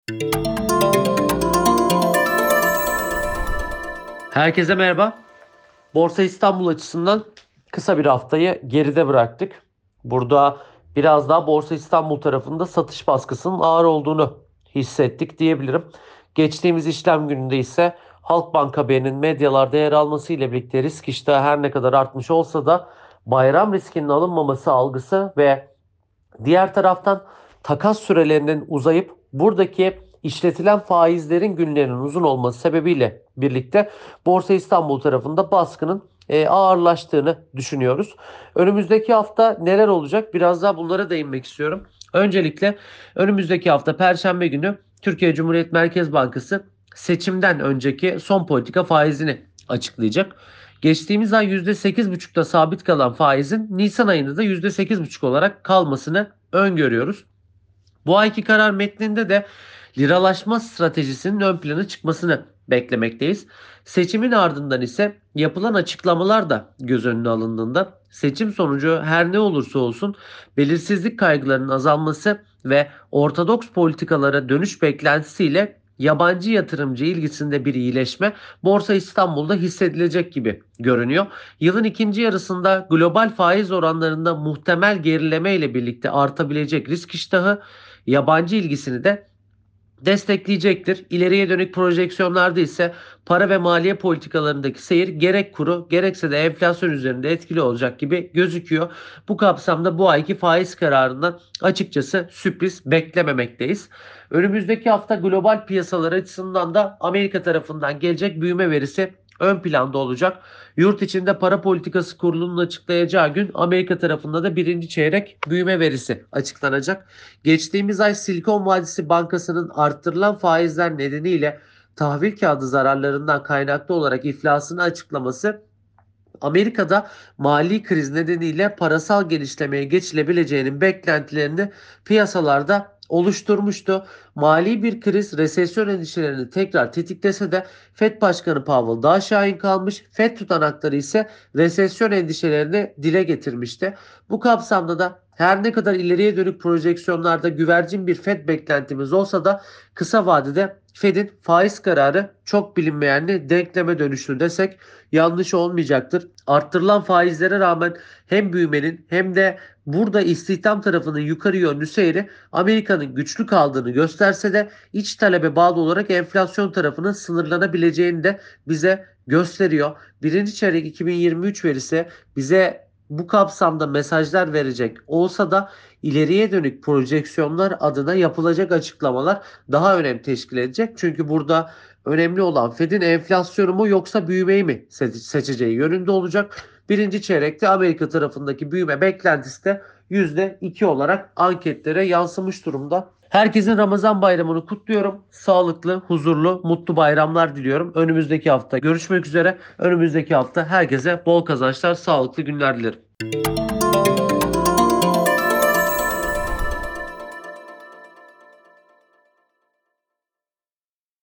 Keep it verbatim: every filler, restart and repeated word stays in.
Herkese merhaba. Borsa İstanbul açısından kısa bir haftayı geride bıraktık. Burada biraz daha Borsa İstanbul tarafında satış baskısının ağır olduğunu hissettik diyebilirim. Geçtiğimiz işlem gününde ise Halkbank haberinin medyalarda yer alması ile birlikte risk iştahı her ne kadar artmış olsa da bayram riskinin alınmaması algısı ve diğer taraftan takas sürelerinin uzayıp buradaki işletilen faizlerin günlerinin uzun olması sebebiyle birlikte Borsa İstanbul tarafında baskının e, ağırlaştığını düşünüyoruz. Önümüzdeki hafta neler olacak? Biraz daha bunlara değinmek istiyorum. Öncelikle önümüzdeki hafta Perşembe günü Türkiye Cumhuriyet Merkez Bankası seçimden önceki son politika faizini açıklayacak. Geçtiğimiz ay yüzde sekiz buçukta sabit kalan faizin Nisan ayında da yüzde sekiz buçuk olarak kalmasını öngörüyoruz. Bu ayki karar metninde de liralaşma stratejisinin ön plana çıkmasını beklemekteyiz. Seçimin ardından ise yapılan açıklamalar da göz önüne alındığında seçim sonucu her ne olursa olsun belirsizlik kaygılarının azalması ve ortodoks politikalara dönüş beklentisiyle yabancı yatırımcı ilgisinde bir iyileşme Borsa İstanbul'da hissedilecek gibi görünüyor. Yılın ikinci yarısında global faiz oranlarında muhtemel gerileme ile birlikte artabilecek risk iştahı yabancı ilgisini de destekleyecektir. İleriye dönük projeksiyonlarda ise para ve maliye politikalarındaki seyir gerek kuru gerekse de enflasyon üzerinde etkili olacak gibi gözüküyor. Bu kapsamda bu ayki faiz kararından açıkçası sürpriz beklememekteyiz. Önümüzdeki hafta global piyasalar açısından da Amerika tarafından gelecek büyüme verisi ön planda olacak. Yurt içinde para politikası kurulunun açıklayacağı gün Amerika tarafında da birinci çeyrek büyüme verisi açıklanacak. Geçtiğimiz ay Silikon Vadisi Bankası'nın arttırılan faizler nedeniyle tahvil kağıdı zararlarından kaynaklı olarak iflasını açıklaması Amerika'da mali kriz nedeniyle parasal genişlemeye geçilebileceğinin beklentilerini piyasalarda oluşturmuştu. Mali bir kriz resesyon endişelerini tekrar tetiklese de Fed Başkanı Powell daha şahin kalmış. Fed tutanakları ise resesyon endişelerini dile getirmişti. Bu kapsamda da her ne kadar ileriye dönük projeksiyonlarda güvercin bir Fed beklentimiz olsa da kısa vadede Fed'in faiz kararı çok bilinmeyenli denkleme dönüştü desek yanlış olmayacaktır. Arttırılan faizlere rağmen hem büyümenin hem de burada istihdam tarafının yukarı yönlü seyri Amerika'nın güçlü kaldığını gösterse de iç talebe bağlı olarak enflasyon tarafının sınırlanabileceğini de bize gösteriyor. Birinci çeyrek iki bin yirmi üç verisi bize bu kapsamda mesajlar verecek olsa da ileriye dönük projeksiyonlar adına yapılacak açıklamalar daha önem teşkil edecek. Çünkü burada önemli olan Fed'in enflasyonu mu yoksa büyümeyi mi seçeceği yönünde olacak. Birinci çeyrekte Amerika tarafındaki büyüme beklentisi de yüzde iki olarak anketlere yansımış durumda. Herkesin Ramazan bayramını kutluyorum. Sağlıklı, huzurlu, mutlu bayramlar diliyorum. Önümüzdeki hafta görüşmek üzere. Önümüzdeki hafta herkese bol kazançlar, sağlıklı günler dilerim.